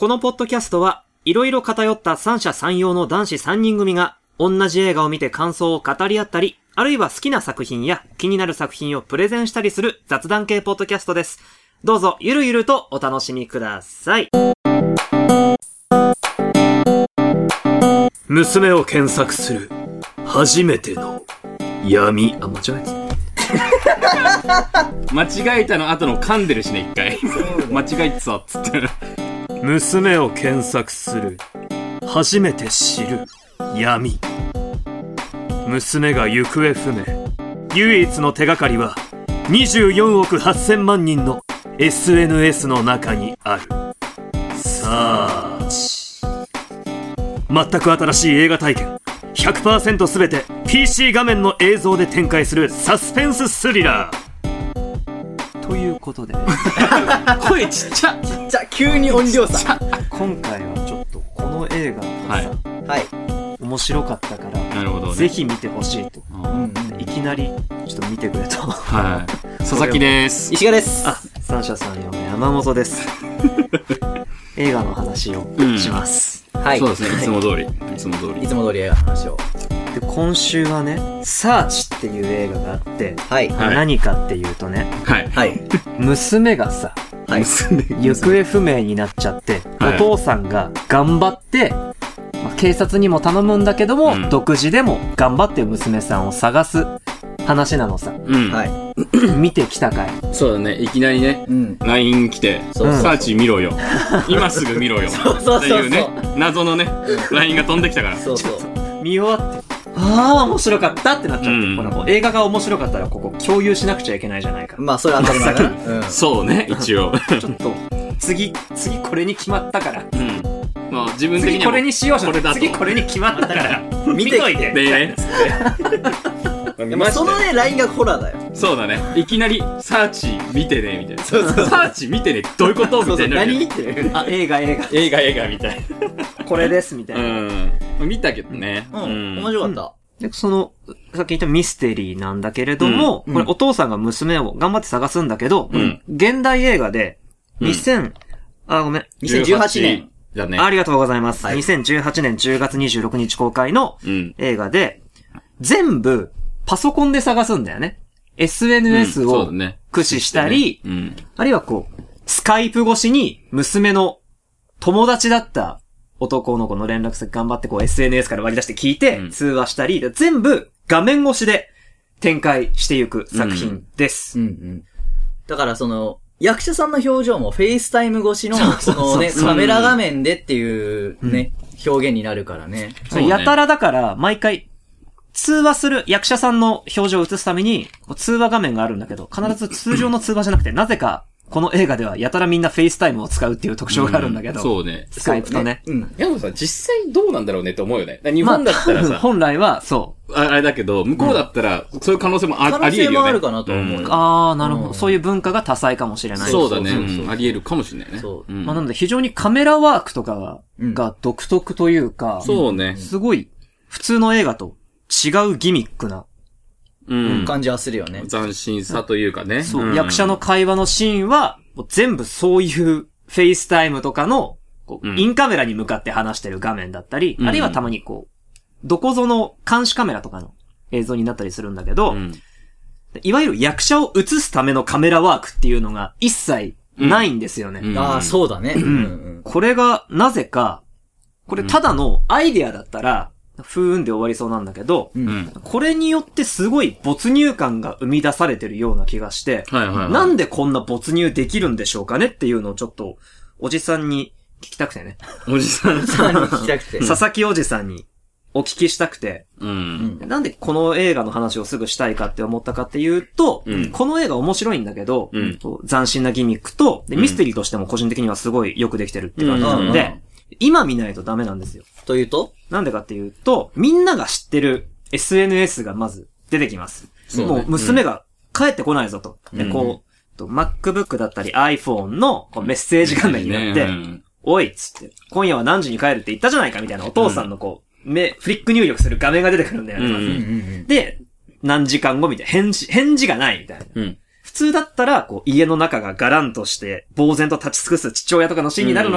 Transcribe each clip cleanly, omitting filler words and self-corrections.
このポッドキャストは、いろいろ偏った三者三様の男子3人組が、同じ映画を見て感想を語り合ったり、あるいは好きな作品や気になる作品をプレゼンしたりする雑談系ポッドキャストです。どうぞゆるゆるとお楽しみください。娘を検索する初めての闇。あ、間違えた。 間違えたの後の噛んでるしね、一回。間違えてたっつって。 娘を検索する初めて知る闇。娘が行方不明。唯一の手がかりは24億8000万人の SNS の中にある。さあ、全く新しい映画体験 100% すべて PC 画面の映像で展開するサスペンススリラーということで声ちっちゃ急に音量差。 今回はちょっとこの映画がさ、 はい、 面白かったから、 なるほどね、 ぜひ見てほしいと、いきなりちょっと見てくれと。 はい。佐々木です。 石川です。 あ、三者三様の山本です。映画の話をします。 はい。 そうですね。いつも通り映画の話を。 で、今週はね、サーチっていう映画があって、 はい。 何かっていうとね、 はい。 娘がさ、 はい、 行方不明になっちゃって、お父さんが頑張って、警察にも頼むんだけども、独自でも頑張って娘さんを探す話なのさ。 はい。 見てきたかい？ そうだね。いきなりね、LINE 来て、サーチ見ろよ。今すぐ見ろよ。っていうね、謎のね、LINE が飛んできたから。 そうそう。 見終わって、ああ、面白かったってなっちゃって、ほらもう映画が面白かったらここ共有しなくちゃいけないじゃないか。 まあ、それは当たり前だな。 そうね、一応。 ちょっと、次これに決まったから。 まあ自分的に次これにしようじゃん。 これだと次これに決まったから見といて。 でね。 そのね、LINE がホラーだよ。 そうだね。いきなり、サーチ見てね、みたいな。サーチ見てね、どういうことみたいな。 何見てる？ あ、映画、 みたいな。これです、みたいな。 見たけどね。 面白かった。 で、さっき言ったミステリーなんだけれども、これお父さんが娘を頑張って探すんだけど、現代映画で、2018年。 だね。 ありがとうございます。2018年10月26日公開の映画で、全部パソコンで探すんだよね。SNS を駆使したり、あるいはスカイプ越しに娘の友達だった男の子の連絡先頑張ってSNS から割り出して聞いて通話したり、全部画面越しで展開していく作品です。 だから役者さんの表情もフェイスタイム越しの、カメラ画面でっていうね、表現になるからね。 やたらだから、毎回、通話する役者さんの表情を映すために、通話画面があるんだけど、必ず通常の通話じゃなくて、なぜか、この映画ではやたらみんなフェイスタイムを使うっていう特徴があるんだけど。 そうね。 スカイプとね。 でもさ、実際どうなんだろうねって思うよね。日本だったらさ。 本来は、そう。 あれだけど、向こうだったら、そういう可能性もあり得るよね。 可能性もあるかなと思う。 ああ、なるほど。そういう文化が多彩かもしれない。 そうだね。あり得るかもしれないね。 そう。 なので非常にカメラワークとかが独特というか。 そうね。 すごい、普通の映画と違うギミックな。 感じはするよね。 斬新さというかね。 そう。役者の会話のシーンは、全部そういうフェイスタイムとかの、インカメラに向かって話してる画面だったり、あるいはたまにどこぞの監視カメラとかの映像になったりするんだけど、いわゆる役者を映すためのカメラワークっていうのが一切ないんですよね。 ああ、そうだね。 これがなぜか、これただのアイデアだったら、ふーんで終わりそうなんだけど、これによってすごい没入感が生み出されてるような気がして、なんでこんな没入できるんでしょうかねっていうのをちょっと、おじさんに聞きたくてね。 おじさんに聞きたくて。 佐々木おじさんにお聞きしたくて、なんでこの映画の話をすぐしたいかって思ったかっていうと、この映画面白いんだけど、斬新なギミックと、ミステリーとしても個人的にはすごいよくできてるって感じなので、今見ないとダメなんですよ。 というと？ なんでかっていうと、みんなが知ってる SNS がまず出てきます。もう娘が帰ってこないぞと。で、MacBook だったり iPhone のメッセージ画面になって、おいっつって、今夜は何時に帰るって言ったじゃないかみたいなお父さんのフリック入力する画面が出てくるんだよね。で、何時間後みたいな。返事がないみたいな。普通だったら、家の中がガランとして、呆然と立ち尽くす父親とかのシーンになるのが、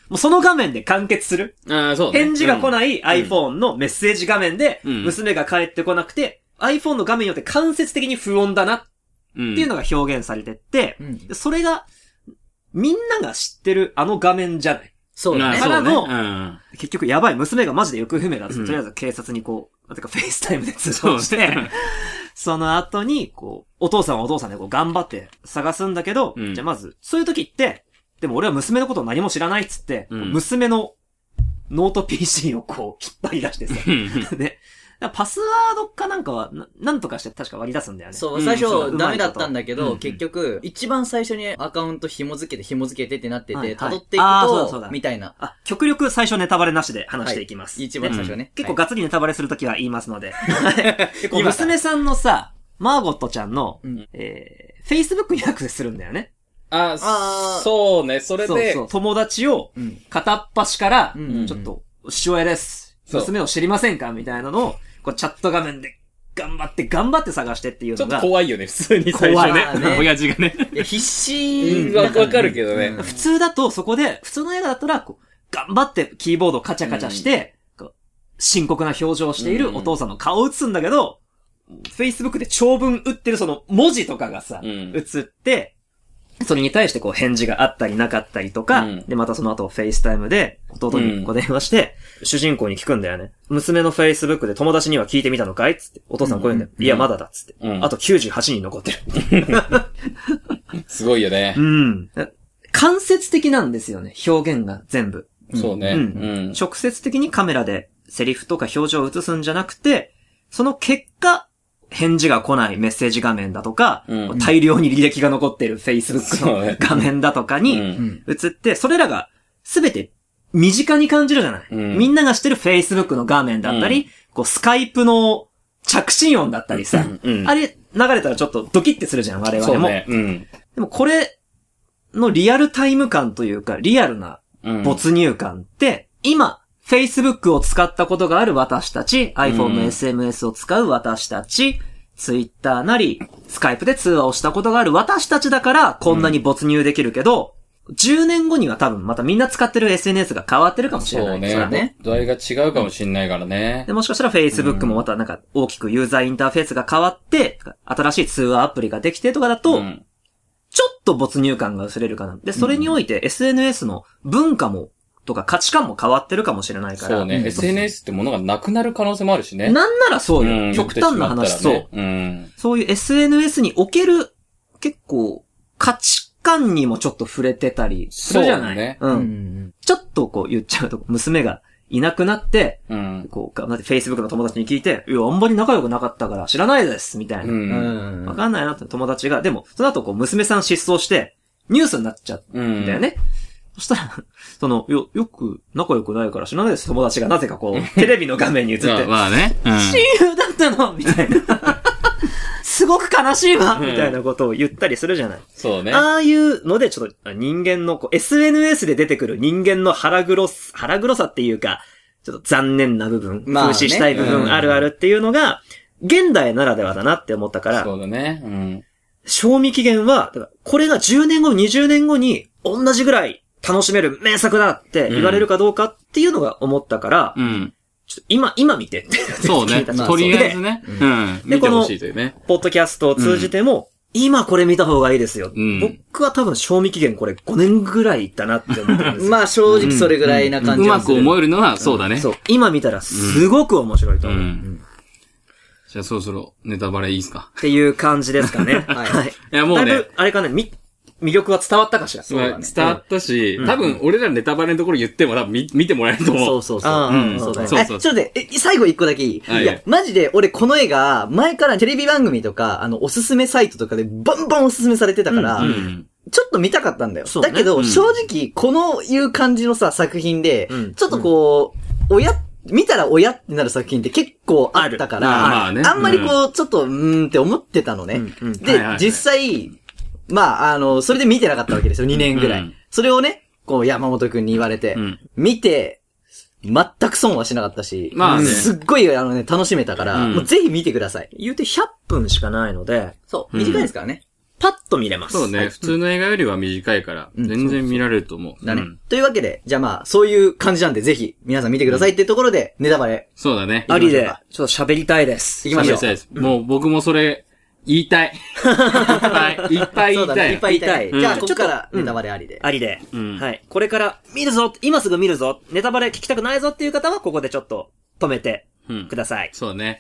もうその画面で完結する。 そうね。 返事が来ない iPhone のメッセージ画面で、娘が帰ってこなくて、iPhone の画面によって間接的に不穏だなっていうのが表現されてって、それが、みんなが知ってるあの画面じゃない。 そうだね。 からの、結局やばい、娘がマジで行方不明だって、とりあえず警察にこう、なんていうかフェイスタイムで通報して、その後に、こう、お父さんはお父さんでこう頑張って探すんだけど、じゃあまず、そういう時って、でも俺は娘のことを何も知らないっつって、娘のノート PC をこう、引っ張り出してさ、で、パスワードかなんかは、なんとかして確か割り出すんだよね。 そう、最初ダメだったんだけど、結局、一番最初にアカウント紐付けてってなってて、辿っていくと、みたいな。 極力最初ネタバレなしで話していきます。 一番最初ね。 結構ガッツリネタバレするときは言いますので。娘さんのさ、マーゴットちゃんの、Facebook にアクセスするんだよね。 そうね、それで。 そう、友達を、片っ端から、ちょっと、父親です。娘を知りませんかみたいなのを、こうチャット画面で頑張って探してっていうのが。 ちょっと怖いよね、普通に最初ね。親父がね。 いや、必死。 わかるけどね。 普通だとそこで、普通の映画だったら、こう、頑張ってキーボードをカチャカチャして、深刻な表情をしているお父さんの顔を映すんだけど、Facebook で長文打ってるその文字とかがさ、映って、それに対してこう返事があったりなかったりとか、で、またその後フェイスタイムで弟にこう電話して、主人公に聞くんだよね。娘の Facebook で友達には聞いてみたのかいつって。お父さんこう言うんだよ。いや、まだだっつって。あと98人残ってる。 すごいよね。 間接的なんですよね。表現が全部。 そうね。 直接的にカメラでセリフとか表情を映すんじゃなくて、その結果、返事が来ないメッセージ画面だとか、大量に履歴が残ってる Facebook の画面だとかに映って、それらがすべて身近に感じるじゃない、みんなが知ってる Facebook の画面だったり、こうスカイプの着信音だったりさ、あれ流れたらちょっとドキッてするじゃん、我々も。でもこれのリアルタイム感というか、リアルな没入感って、今、Facebook を使ったことがある私たち、iPhone の SMS を使う私たち、Twitter なり、Skype で通話をしたことがある私たちだから、こんなに没入できるけど、10年後には多分またみんな使ってる SNS が変わってるかもしれない。 そうね。度合いが違うかもしれないからね。 で、もしかしたら Facebook もまたなんか大きくユーザーインターフェースが変わって、新しい通話アプリができてとかだと、ちょっと没入感が薄れるかな。で、それにおいて SNS の文化も、とか価値観も変わってるかもしれないから。 そうね。SNS ってものがなくなる可能性もあるしね。 なんならそうよ。極端な話、そう。そういう SNS における、結構、価値観にもちょっと触れてたりするじゃない。 ね。 ちょっとこう言っちゃうと、娘がいなくなって、こう、だって Facebook の友達に聞いて、いや、あんまり仲良くなかったから知らないです、みたいな。わかんないなって友達が、でも、その後こう、娘さん失踪して、ニュースになっちゃうんだよね。そしたら、よく仲良くないから知らないです。友達がなぜかこう、テレビの画面に映って。 まあね。 親友だったのみたいな。すごく悲しいわみたいなことを言ったりするじゃない。 そうね。 ああいうので、ちょっと人間の、SNS で出てくる人間の腹黒さっていうか、ちょっと残念な部分、風刺したい部分あるあるっていうのが、現代ならではだなって思ったから。 そうだね。 賞味期限は、これが10年後、20年後に同じぐらい、楽しめる名作だって言われるかどうかっていうのが思ったから、ちょっと今見てって。 そうね。とりあえずね。 で、この、ポッドキャストを通じても、今これ見た方がいいですよ。僕は多分賞味期限これ5年ぐらいだなって思ってるんですよ。 まあ正直それぐらいな感じうまく思えるのはそうだね。そう。 今見たらすごく面白いと思う。 じゃあそろそろネタバレいいですかっていう感じですかね。はい。 いやもうね。 あれかね、魅力は伝わったかしら。 そうだね。伝わったし、多分俺らネタバレのところ言っても多分見てもらえると思う。 そう。ちょっと待って、最後一個だけいい？いや、マジで俺この映画、前からテレビ番組とか、おすすめサイトとかでバンバンおすすめされてたから、ちょっと見たかったんだよ。だけど、正直、このいう感じのさ、作品で、ちょっとこう、見たら親ってなる作品って結構あったから、あんまりこう、ちょっと、って思ってたのね。で、実際、まあ、それで見てなかったわけですよ、2年ぐらい。それをね、こう、山本くんに言われて、見て、全く損はしなかったし、すっごい、楽しめたから、もうぜひ見てください。 言うて100分しかないので、 そう、短いですからね。 パッと見れます。 そうね。普通の映画よりは短いから、全然見られると思う。 だね。というわけで、じゃあまあ、そういう感じなんで、ぜひ、皆さん見てくださいっていうところで、ネタバレ。 そうだね。 ありで、ちょっと喋りたいです。 行きましょう。もう僕もそれ、言いたい。いっぱい言いたい。 いっぱい言いたい。じゃあ、ここからネタバレありで。 ありで。はい。これから、見るぞ今すぐ見るぞネタバレ聞きたくないぞっていう方は、ここでちょっと、止めて、ください。 そうね。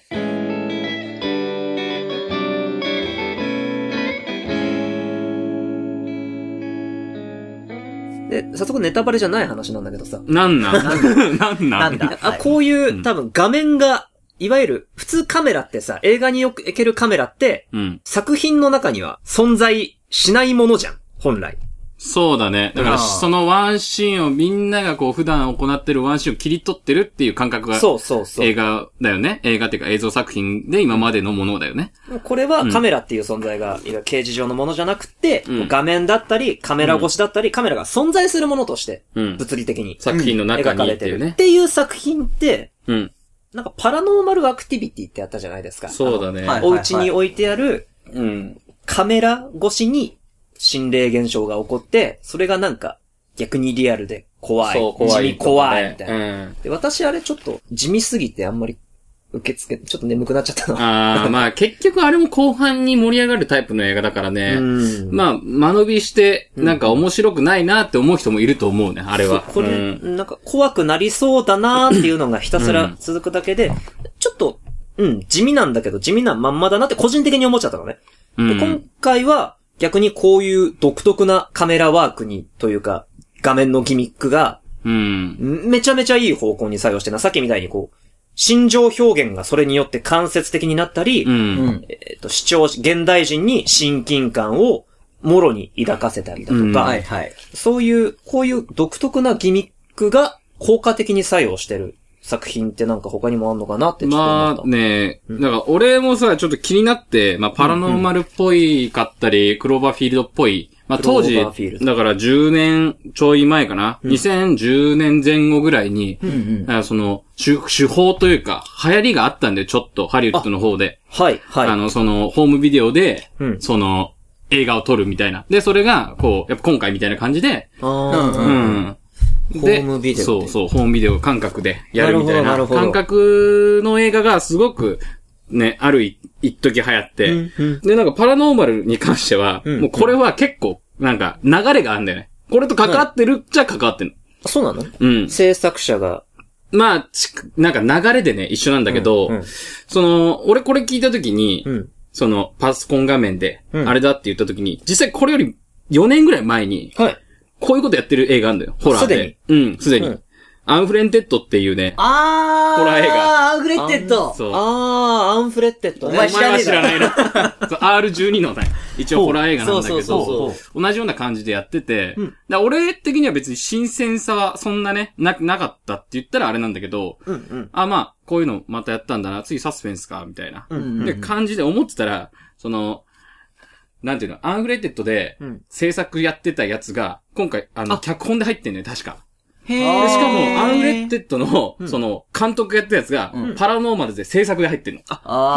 で、早速ネタバレじゃない話なんだけどさ。 なんだこういう、多分画面が、いわゆる、普通カメラってさ、映画によく行けるカメラって、作品の中には存在しないものじゃん、本来。 そうだね。だから、そのワンシーンをみんながこう普段行ってるワンシーンを切り取ってるっていう感覚が、映画だよね。映画っていうか映像作品で今までのものだよね。 これはカメラっていう存在が、いわゆる形式上のものじゃなくて、画面だったり、カメラ越しだったり、カメラが存在するものとして、物理的に作品の中に描かれてるっていう作品って、なんかパラノーマルアクティビティってあったじゃないですか。 そうだね。 お家に置いてある、カメラ越しに心霊現象が起こって、それがなんか逆にリアルで怖い。地味怖いみたいな。で、私あれちょっと地味すぎてあんまり受け付け、ちょっと眠くなっちゃったな。まあ結局あれも後半に盛り上がるタイプの映画だからね。まあ間延びして、なんか面白くないなって思う人もいると思うね、あれは。 これ、なんか怖くなりそうだなっていうのがひたすら続くだけで、ちょっと、地味なんだけど地味なまんまだなって個人的に思っちゃったのね。で今回は逆にこういう独特なカメラワークにというか、画面のギミックが、めちゃめちゃいい方向に作用してな、さっきみたいにこう、心情表現がそれによって間接的になったり、現代人に親近感をもろに抱かせたりだとか、そういう、こういう独特なギミックが効果的に作用してる作品ってなんか他にもあんのかなってちょっと思った。 まあね、だから俺もさ、ちょっと気になって、まあパラノーマルっぽいかったり、クローバーフィールドっぽい、まあ当時、だから10年ちょい前かな、2010年前後ぐらいに、その、手法というか、流行りがあったんで、ちょっと、ハリウッドの方で。その、ホームビデオで、その、映画を撮るみたいな。で、それが、こう、やっぱ今回みたいな感じで、 ホームビデオ。 そう、ホームビデオ感覚でやるみたいな感覚の映画がすごくね、一時流行って、で、なんかパラノーマルに関しては、もうこれは結構、なんか流れがあるんだよね。これと関わってるっちゃ関わってるの。 そうなの？制作者が。 まあ、なんか流れでね、一緒なんだけど、その、俺これ聞いたときに、その、パソコン画面で、あれだって言ったときに、実際これより4年ぐらい前に、こういうことやってる映画あるんだよ。ホラーで。すでに。アンフレンテッドっていうね。ホラー映画。 アンフレンテッド。 そう。 アンフレンテッド。 お前は知らないな。R12 のね、一応ホラー映画なんだけど、同じような感じでやってて、俺的には別に新鮮さはそんなね、なかったって言ったらあれなんだけど、まあ、こういうのまたやったんだな、次サスペンスか、みたいな。で、感じで思ってたら、その、なんていうの、アンフレンテッドで制作やってたやつが、今回、脚本で入ってんね、確か。しかも、アンフレンテッドの、その、監督やったやつが、パラノーマルで制作で入ってんの。だから、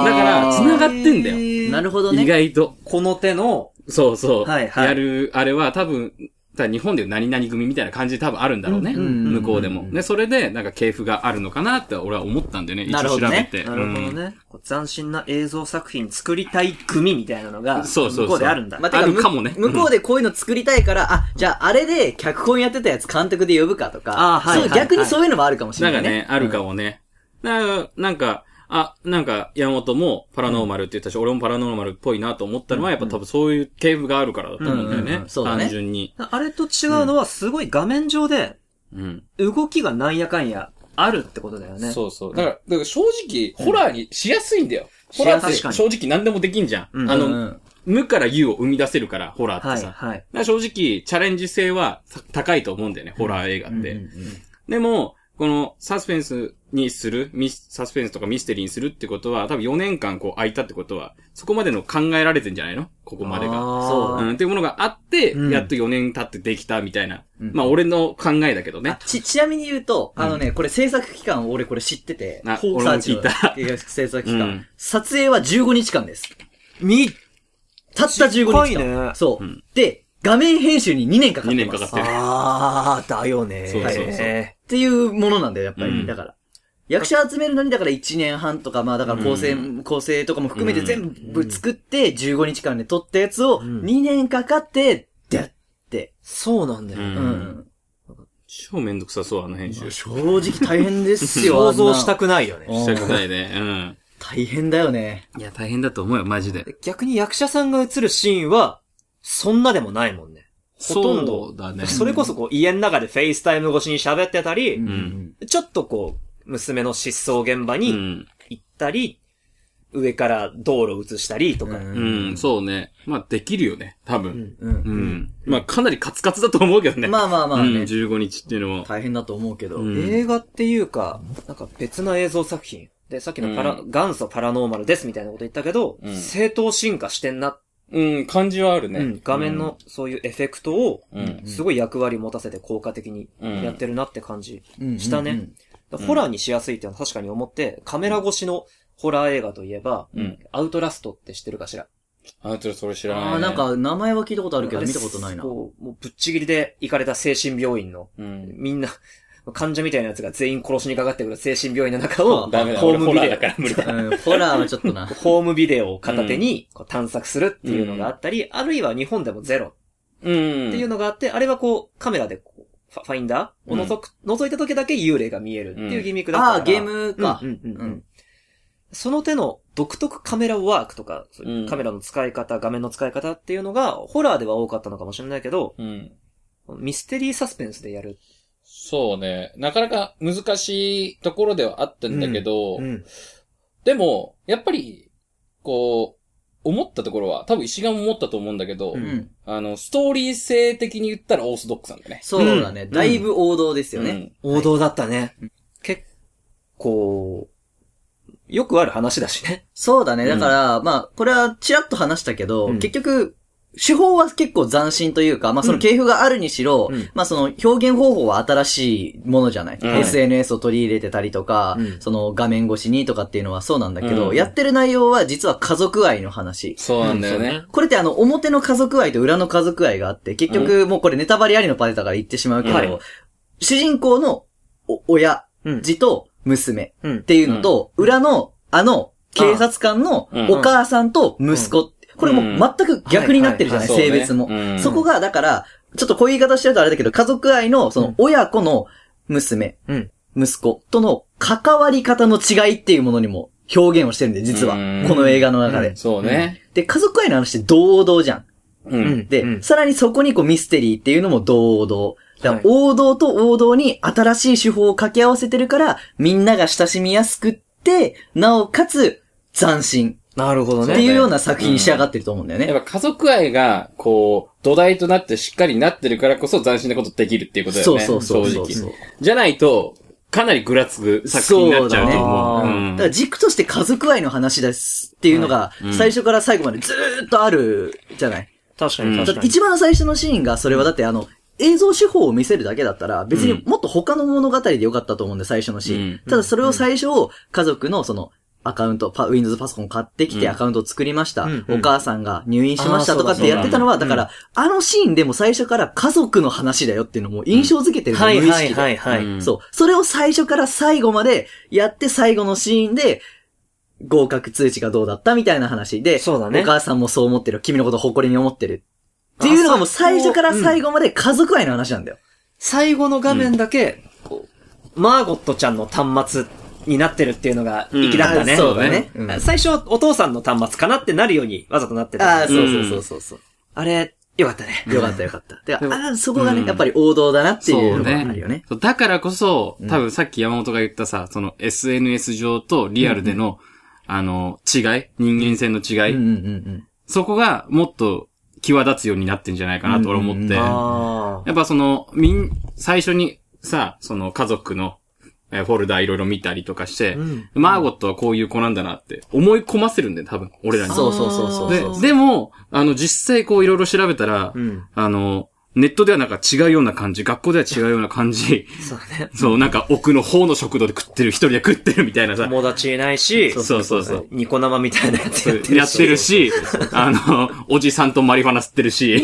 繋がってんだよ。 なるほどね。 意外と。 この手の、 やる、あれは多分、日本で何々組みたいな感じで多分あるんだろうね。向こうでも。で、それで、なんか系譜があるのかなって俺は思ったんだよね。一応調べて。 なるほどね。斬新な映像作品作りたい組みたいなのが、向こうであるんだ。 あるかもね。 向こうでこういうの作りたいから、じゃああれで脚本やってたやつ監督で呼ぶかとか、逆にそういうのもあるかもしれないね。 なんかね、あるかもね。なんか、山本もパラノーマルって言ったし、俺もパラノーマルっぽいなと思ったのは、やっぱ多分そういう系譜があるからだと思うんだよね。単純に。 あれと違うのは、すごい画面上で、動きがなんやかんやあるってことだよね。 そう。だから正直、ホラーにしやすいんだよ。ホラーって正直何でもできんじゃん。無から有を生み出せるから、ホラーってさ。だから正直、チャレンジ性は高いと思うんだよね、ホラー映画って。でも、このサスペンスにする、サスペンスとかミステリーにするってことは、多分4年間こう空いたってことは、そこまでの考えられてんじゃないの？ここまでが。っていうものがあって、やっと4年経ってできたみたいな。まあ俺の考えだけどね。 ちなみに言うと、これ制作期間俺これ知ってて、 俺も聞いた。 制作期間。撮影は15日間です。見たった15日間。 ね。 そう。で、画面編集に2年かかってます。 2年かかってる。 だよね。 そう。 っていうものなんだよ、やっぱり。だから。役者集めるのに、だから1年半とか、だから構成とかも含めて全部作って、15日間で撮ったやつを2年かかって、やって。 そうなんだよ。 超めんどくさそう、編集。 正直大変ですよ。 想像したくないよね。 したくないね。 大変だよね。 いや、大変だと思うよ、マジで。 逆に役者さんが映るシーンは、そんなでもないもんね。ほとんど。 そうだね。 それこそ家の中でフェイスタイム越しに喋ってたり、ちょっと娘の失踪現場に行ったり、上から道路映したりとか。 そうね。できるよね、多分。かなりカツカツだと思うけどね。 まあね。 15日っていうのも。 大変だと思うけど。 映画っていうか、なんか別な映像作品。で、さっきの元祖パラノーマルですみたいなこと言ったけど、正当進化してんな。 感じはあるね。 画面のそういうエフェクトを、すごい役割持たせて効果的にやってるなって感じしたね。ホラーにしやすいっていうのは確かに思って、カメラ越しのホラー映画といえば、アウトラストって知ってるかしら？ アウトラスト俺知らない、ね。 なんか名前は聞いたことあるけど見たことないな。 もうぶっちぎりで行かれた精神病院の、みんな、患者みたいなやつが全員殺しにかかってくる精神病院の中を、ホームビデオだから無理だ。 ホラーはちょっとな。 ホームビデオを片手に探索するっていうのがあったり、あるいは日本でもゼロっていうのがあって、あれはカメラでファインダーを覗いた時だけ幽霊が見えるっていうギミックだったから。 ゲームか。 その手の独特カメラワークとか、カメラの使い方、画面の使い方っていうのが、ホラーでは多かったのかもしれないけど、ミステリーサスペンスでやる。 そうね。なかなか難しいところではあったんだけど、でも、やっぱり、思ったところは、多分石川も思ったと思うんだけど、ストーリー性的に言ったらオーソドックスなんだね。 そうだね。だいぶ王道ですよね。 王道だったね。結構、よくある話だしね。 そうだね。だから、これはちらっと話したけど、結局、手法は結構斬新というか、その系譜があるにしろ、その表現方法は新しいものじゃない。SNS を取り入れてたりとか、その画面越しにとかっていうのはそうなんだけど、やってる内容は実は家族愛の話。 そうなんだよね。 これって表の家族愛と裏の家族愛があって、結局もうこれネタバレありのパネだから言ってしまうけど、主人公の親父と娘っていうのと、裏の警察官のお母さんと息子。これも全く逆になってるじゃない、性別も。そこが、だから、ちょっとこういう言い方してるとあれだけど、家族愛の、その親子の娘、息子との関わり方の違いっていうものにも表現をしてるんで、実は。この映画の中で。 そうね。 で、家族愛の話って堂々じゃん。で、さらにそこにミステリーっていうのも堂々。だから王道と王道に新しい手法を掛け合わせてるから、みんなが親しみやすくって、なおかつ斬新。 なるほどね。 っていうような作品に仕上がってると思うんだよね。 やっぱ家族愛が、土台となってしっかりなってるからこそ斬新なことできるっていうことだよね。そう。正直。じゃないと、かなりぐらつく作品になっちゃうと思う。 だから軸として家族愛の話ですっていうのが、最初から最後までずーっとあるじゃない。 確かに。 一番最初のシーンが、それはだって映像手法を見せるだけだったら、別にもっと他の物語でよかったと思うんで、最初のシーン。ただそれを最初、家族のアカウント、Windows パソコン買ってきてアカウントを作りました。お母さんが入院しましたとかってやってたのは、だから、シーンでも最初から家族の話だよっていうのも印象づけてるの、無意識で。そう。それを最初から最後までやって最後のシーンで、合格通知がどうだったみたいな話で、 そうだね。 お母さんもそう思ってる。君のこと誇りに思ってる。っていうのがもう最初から最後まで家族愛の話なんだよ。 最後の画面だけ、マーゴットちゃんの端末になってるっていうのが粋だったね。 そうだね。 最初お父さんの端末かなってなるようにわざとなってた。 そう。 あれ、よかったね。 よかった。で、そこがね、やっぱり王道だなっていうのがあるよね。 だからこそ、多分さっき山本が言ったさ、その SNS 上とリアルでの、違い、人間性の違い。そこがもっと際立つようになってんじゃないかなと俺思って。やっぱ最初にさ、その家族のフォルダいろいろ見たりとかして、マーゴットはこういう子なんだなって思い込ませるんだよ、多分、俺らに。 そう。 でも、実際いろいろ調べたら、 ネットではなんか違うような感じ、学校では違うような感じ。 そうね。 そう、なんか奥の方の食堂で食ってる、一人で食ってるみたいなさ。 友達いないし、 そう。 ニコ生みたいなやつやってるし、おじさんとマリファナ吸ってるし。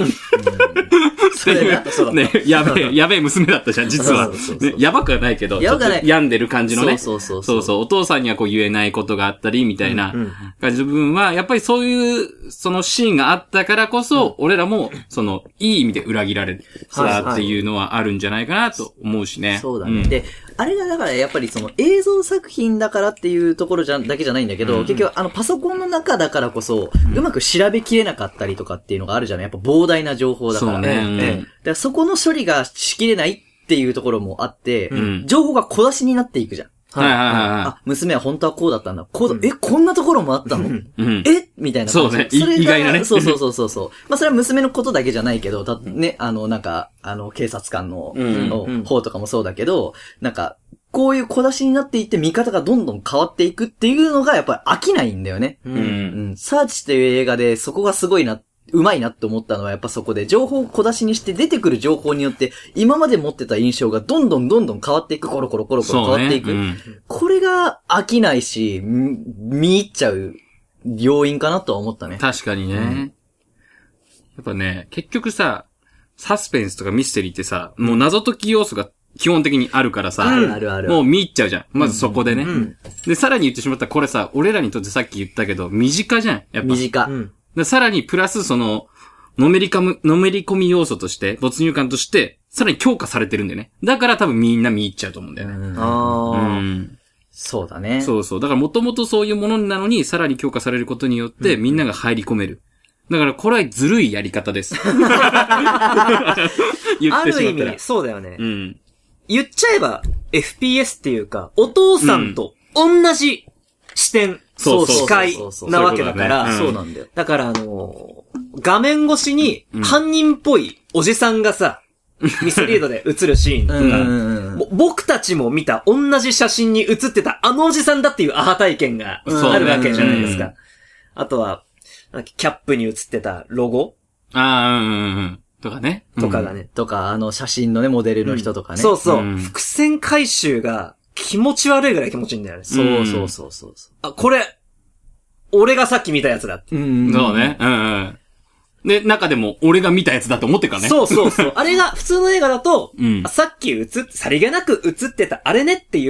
ね、やべえ娘だったじゃん、実は。やばくはないけど、ちょっと病んでる感じのね。そう、お父さんにはこう言えないことがあったり、みたいな。自分は、やっぱりそういう、そのシーンがあったからこそ、俺らも、いい意味で裏切られたっていうのはあるんじゃないかなと思うしね。 そうだね。で、あれがだからやっぱり映像作品だからっていうところだけじゃないんだけど、結局パソコンの中だからこそ、うまく調べきれなかったりとかっていうのがあるじゃない。やっぱ膨大な情報だから。 そうね。 だからそこの処理がしきれないっていうところもあって、情報が小出しになっていくじゃん。娘は本当はこうだったんだ。こんなところもあったのみたいな。 そうね。意外なね。 そう。まあ、それは娘のことだけじゃないけど、ね、警察官の方とかもそうだけど、なんか、こういう小出しになっていって見方がどんどん変わっていくっていうのがやっぱり飽きないんだよね。サーチっていう映画でそこがすごいな、うまいなって思ったのはやっぱそこで情報を小出しにして出てくる情報によって今まで持ってた印象がどんどん変わっていく、コロコロ変わっていく。これが飽きないし、見入っちゃう要因かなとは思ったね。 確かにね。やっぱね、結局さ、サスペンスとかミステリーってさ、もう謎解き要素が基本的にあるからさ、もう見入っちゃうじゃん。まずそこでね。で、さらに言ってしまったらこれさ、俺らにとってさっき言ったけど、身近じゃん。やっぱ。 身近。 で、さらにプラスのめり込み要素として、没入感として、さらに強化されてるんだよね。だから多分みんな見入っちゃうと思うんだよね。 そうだね。 そう。だからもともとそういうものなのに、さらに強化されることによって、みんなが入り込める。だからこれはずるいやり方です。言ってしまったら。 ある意味、そうだよね。言っちゃえば、FPS っていうか、お父さんと同じ視点、視界なわけだから、 そうなんだよ。 だから画面越しに犯人っぽいおじさんがさ、ミスリードで映るシーンとか、僕たちも見た同じ写真に写ってたあのおじさんだっていうアハ体験があるわけじゃないですか。あとは、キャップに写ってたロゴとかね。 とかがね。 とか、写真のね、モデルの人とかね。 そうそう。伏線回収が気持ち悪いぐらい気持ちいいんだよね。 そう。 これ、俺がさっき見たやつだって。 そうね。で、中でも俺が見たやつだと思ってるからね。 そう。あれが普通の映画だと、さっきさりげなく映ってたあれねっていう、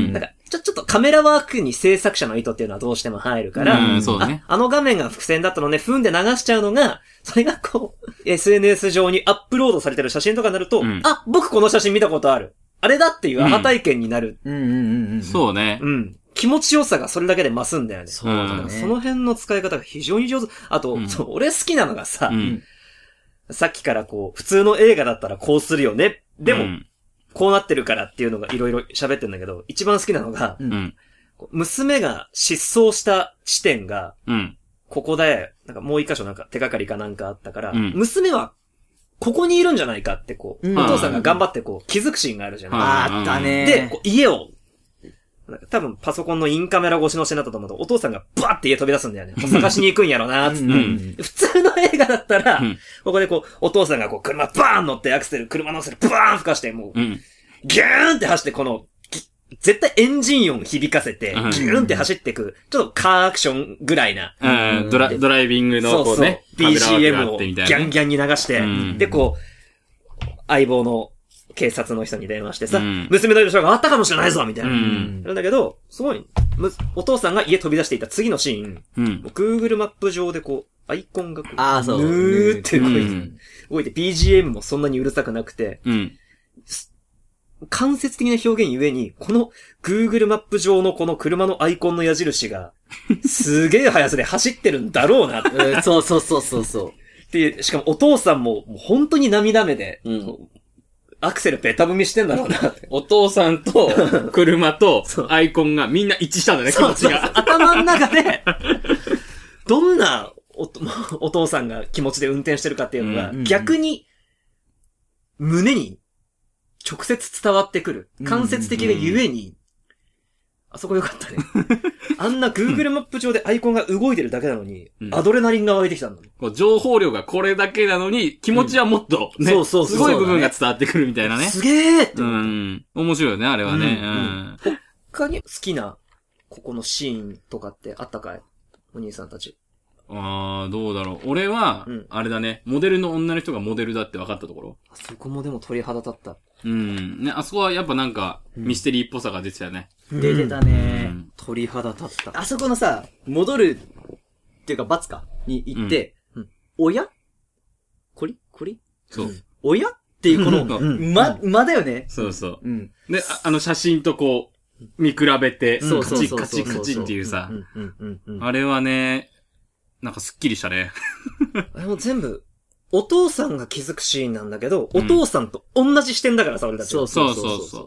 なんか、ちょっとカメラワークに制作者の意図っていうのはどうしても入るから、 そうね。 あの画面が伏線だったのね、ふんで流しちゃうのが、それがSNS 上にアップロードされてる写真とかになると、僕この写真見たことある。あれだっていうアハ体験になる。 そうね。 気持ちよさがそれだけで増すんだよね。 そうだね。 その辺の使い方が非常に上手。あと、俺好きなのがさ、さっきから普通の映画だったらこうするよね。でも、こうなってるからっていうのがいろいろ喋ってんだけど、一番好きなのが、娘が失踪した地点が、ここで、なんかもう一箇所なんか手がかりかなんかあったから、娘はここにいるんじゃないかってお父さんが頑張って気づくシーンがあるじゃない。 あったね。 で、家を、多分パソコンのインカメラ越しの視点だったと思うと、お父さんがバーって家飛び出すんだよね。探しに行くんやろなーつって。普通の映画だったら、ここでお父さんが車バーン乗ってアクセル、車乗せるバーン吹かして、もう、ギューンって走って絶対エンジン音響かせて、ギューンって走ってく、ちょっとカーアクションぐらいな。 ドライビングのね、 BGM をギャンギャンに流して、で相棒の警察の人に電話してさ、娘の居場所があったかもしれないぞみたいな。なんだけど、すごい、お父さんが家飛び出していた次のシーン、Google マップ上でアイコンがそう。 ぬーって動いて、BGM もそんなにうるさくなくて、間接的な表現ゆえに、この Google マップ上のこの車のアイコンの矢印が、すげえ速さで走ってるんだろうなって。 そう。 で、しかもお父さんも本当に涙目で、アクセルベタ踏みしてんだろうなって。 お父さんと車とアイコンがみんな一致したんだね、気持ちが。 頭の中で、どんなお父さんが気持ちで運転してるかっていうのが、逆に、胸に直接伝わってくる。間接的がゆえに、 あそこ良かったね。あんな Google マップ上でアイコンが動いてるだけなのに、アドレナリンが湧いてきたんだこう情報量がこれだけなのに、気持ちはもっとね、すごい部分が伝わってくるみたいなね。 すげーって。 面白いよね、あれはね。 他に好きな、ここのシーンとかってあったかい？お兄さんたち。 どうだろう。俺は、あれだね、モデルの女の人がモデルだって分かったところ。 あそこもでも鳥肌立った。 ね、あそこはやっぱなんか、ミステリーっぽさが出てたよね。 出てたね。 鳥肌立った。 あそこのさ、戻る、っていうか、罰かに行って、親こりそう。 親っていうこの、間だよね。 そうそう。で、写真とこう、見比べて、カチカチっていうさ、あれはね、なんかスッキリしたね。 あれも全部、お父さんが気づくシーンなんだけど、お父さんと同じ視点だからさ、俺たち。 そう。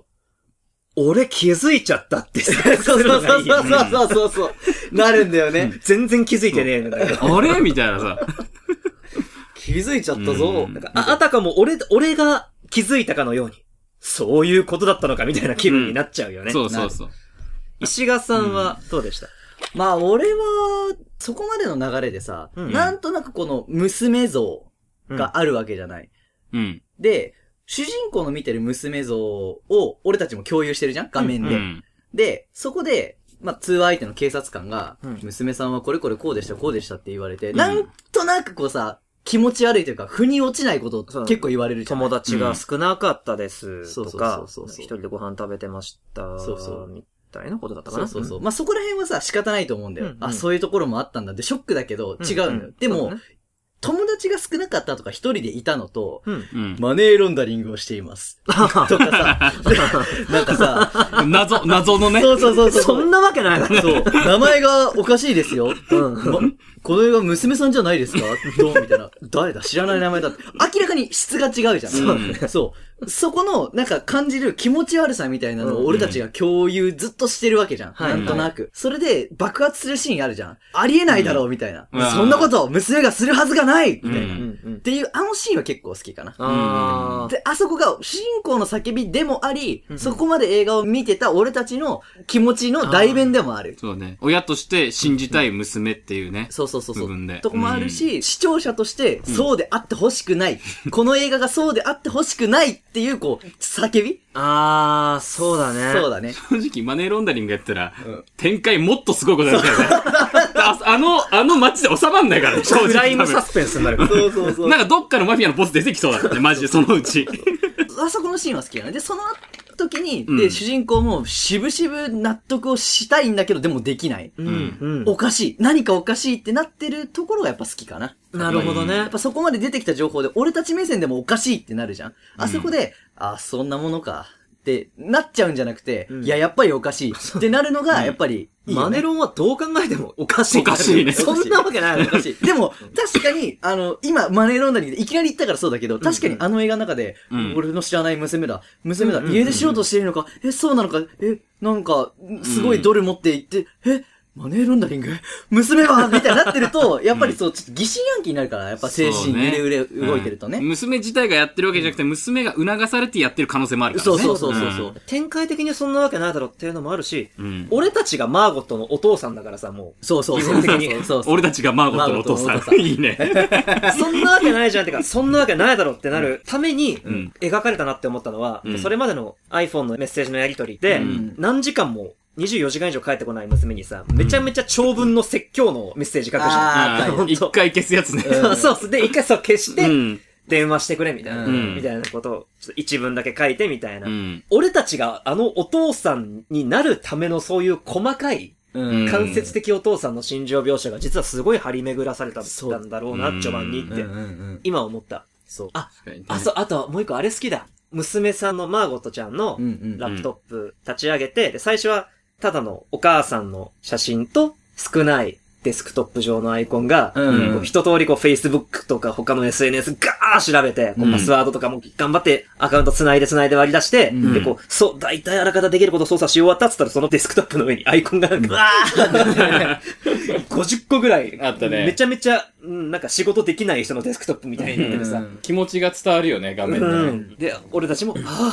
俺気づいちゃったってさ。 そう。なるんだよね。 全然気づいてねえんだけど。 あれみたいなさ。 気づいちゃったぞ。 あたかも俺が気づいたかのように、そういうことだったのかみたいな気分になっちゃうよね。 そう。 石賀さんはどうでした？ まあ俺は、そこまでの流れでさ、なんとなくこの娘像があるわけじゃない。で、主人公の見てる娘像を俺たちも共有してるじゃん？画面で。で、そこで、まあ、通話相手の警察官が、娘さんはこれこれこうでしたって言われて、なんとなくこうさ、気持ち悪いというか、腑に落ちないことを結構言われるじゃん。 友達が少なかったですとか、一人でご飯食べてました。みたいなことだったかな。 そう。まあ、そこら辺はさ、仕方ないと思うんだよ。あ、そういうところもあったんだって、ショックだけど、違うんだよ。でも、友達が少なかったとか一人でいたのと、マネーロンダリングをしています。とかさ、なんかさ、 謎のね。 そう。 そんなわけないから。 そう。名前がおかしいですよ。この映画娘さんじゃないですかどうみたいな。誰だ知らない名前だって。明らかに質が違うじゃん。そう。そこの、なんか感じる気持ち悪さみたいなのを俺たちが共有ずっとしてるわけじゃん。なんとなく。それで爆発するシーンあるじゃん。ありえないだろうみたいな。そんなこと娘がするはずがないみたいな。っていう、あのシーンは結構好きかな。で、あそこが主人公の叫びでもあり、そこまで映画を見てた俺たちの気持ちの代弁でもある。 そうね。親として信じたい娘っていうね。 そう。部分で。とこもあるし、視聴者としてそうであってほしくない。この映画がそうであってほしくないっていう、こう、叫び？ そうだね。 そうだね。 正直マネーロンダリングやったら、展開もっとすごいことになったよね。あの街で収まんないからね、正直。 クライムサスペンスになるから。 そう。 なんかどっかのマフィアのボス出てきそうだったね、マジでそのうち。 あそこのシーンは好きやね。で、その時に、で、主人公もしぶしぶ納得をしたいんだけど、でもできない。おかしい。何かおかしいってなってるところがやっぱ好きかな。 なるほどね。 やっぱそこまで出てきた情報で、俺たち目線でもおかしいってなるじゃん。あそこで、そんなものか。ってなっちゃうんじゃなくて、いや、やっぱりおかしいってなるのが、やっぱりいいよね。 マネロンはどう考えてもおかしい。 おかしいね。 そんなわけない。 おかしい。でも、確かに、今、マネーロンダリングでいきなり言ったからそうだけど、確かにあの映画の中で、俺の知らない娘だ。家出しようとしているのか、そうなのか、なんか、すごいドル持って行って、マネーロンダリング娘はみたいになってると、やっぱりそう、ちょっと疑心暗鬼になるから、やっぱ精神揺れ動いてるとね。 娘自体がやってるわけじゃなくて、娘が促されてやってる可能性もあるからね。 そう。 展開的にそんなわけないだろっていうのもあるし、俺たちがマーゴットのお父さんだからさ、もう。 そう。 基本的に。 俺たちがマーゴットのお父さん。いいね。 そんなわけないじゃんってか、そんなわけないだろってなるために、描かれたなって思ったのは、それまでの iPhone のメッセージのやり取りで、何時間も、24時間以上帰ってこない娘にさ、めちゃめちゃ長文の説教のメッセージ書くじゃん。 一回消すやつね。 そう。で、一回そう消して、電話してくれみたいな、みたいなことを、ちょっと一文だけ書いてみたいな。俺たちがお父さんになるためのそういう細かい、間接的お父さんの心情描写が実はすごい張り巡らされたんだろうな、序盤にって、今思った。そう。あともう一個あれ好きだ。娘さんのマーゴットちゃんのラップトップ立ち上げて、で、最初は、ただのお母さんの写真と少ないデスクトップ上のアイコンが、一通りFacebook とか他の SNS ガー調べて、パスワードとかも頑張ってアカウント繋いで割り出して、で、大体あらかたできることを操作し終わったっつったらそのデスクトップの上にアイコンがなんか、50個ぐらい。 あったね。 めちゃめちゃ、なんか仕事できない人のデスクトップみたいになっててさ。 気持ちが伝わるよね、画面で。で、俺たちも、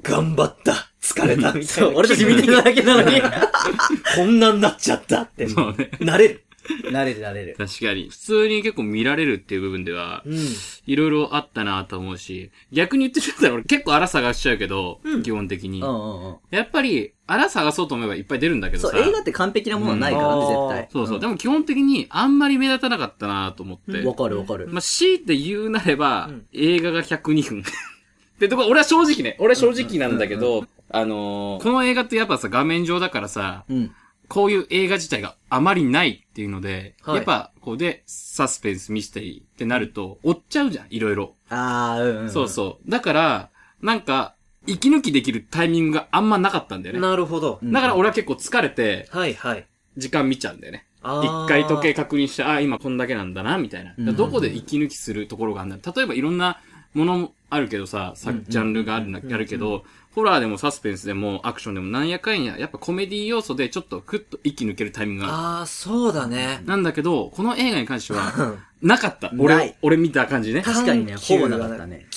頑張った。疲れた。みたいな。 俺たち見てるだけなのに。 こんなんなっちゃったって。 そうね。 慣れる。慣れる。 確かに。普通に結構見られるっていう部分では、いろいろあったなと思うし、逆に言ってしまったら俺結構荒探しちゃうけど、基本的に。やっぱり、荒探そうと思えばいっぱい出るんだけどさ。 そう、映画って完璧なものはないからね、絶対。 そうそう。でも基本的にあんまり目立たなかったなと思って。 わかる。 まあ、強いて言うなれば、映画が102分。ってとこ、俺は正直なんだけど、この映画ってやっぱさ、画面上だからさ、こういう映画自体があまりないっていうので、やっぱ、こうで、サスペンス、ミステリーってなると、追っちゃうじゃん、いろいろ。そうそう。だから、なんか、息抜きできるタイミングがあんまなかったんだよね。 なるほど。 だから俺は結構疲れて、時間見ちゃうんだよね。一回時計確認して、今こんだけなんだな、みたいな。どこで息抜きするところがあるんだ。例えばいろんなものあるけどさ、ジャンルがあるけど、ホラーでもサスペンスでもアクションでもなんやかんや、やっぱコメディ要素でちょっとクッと息抜けるタイミングがある。 そうだね。 なんだけど、この映画に関しては、なかった。俺見た感じね。 確かにね、ほぼなかったね。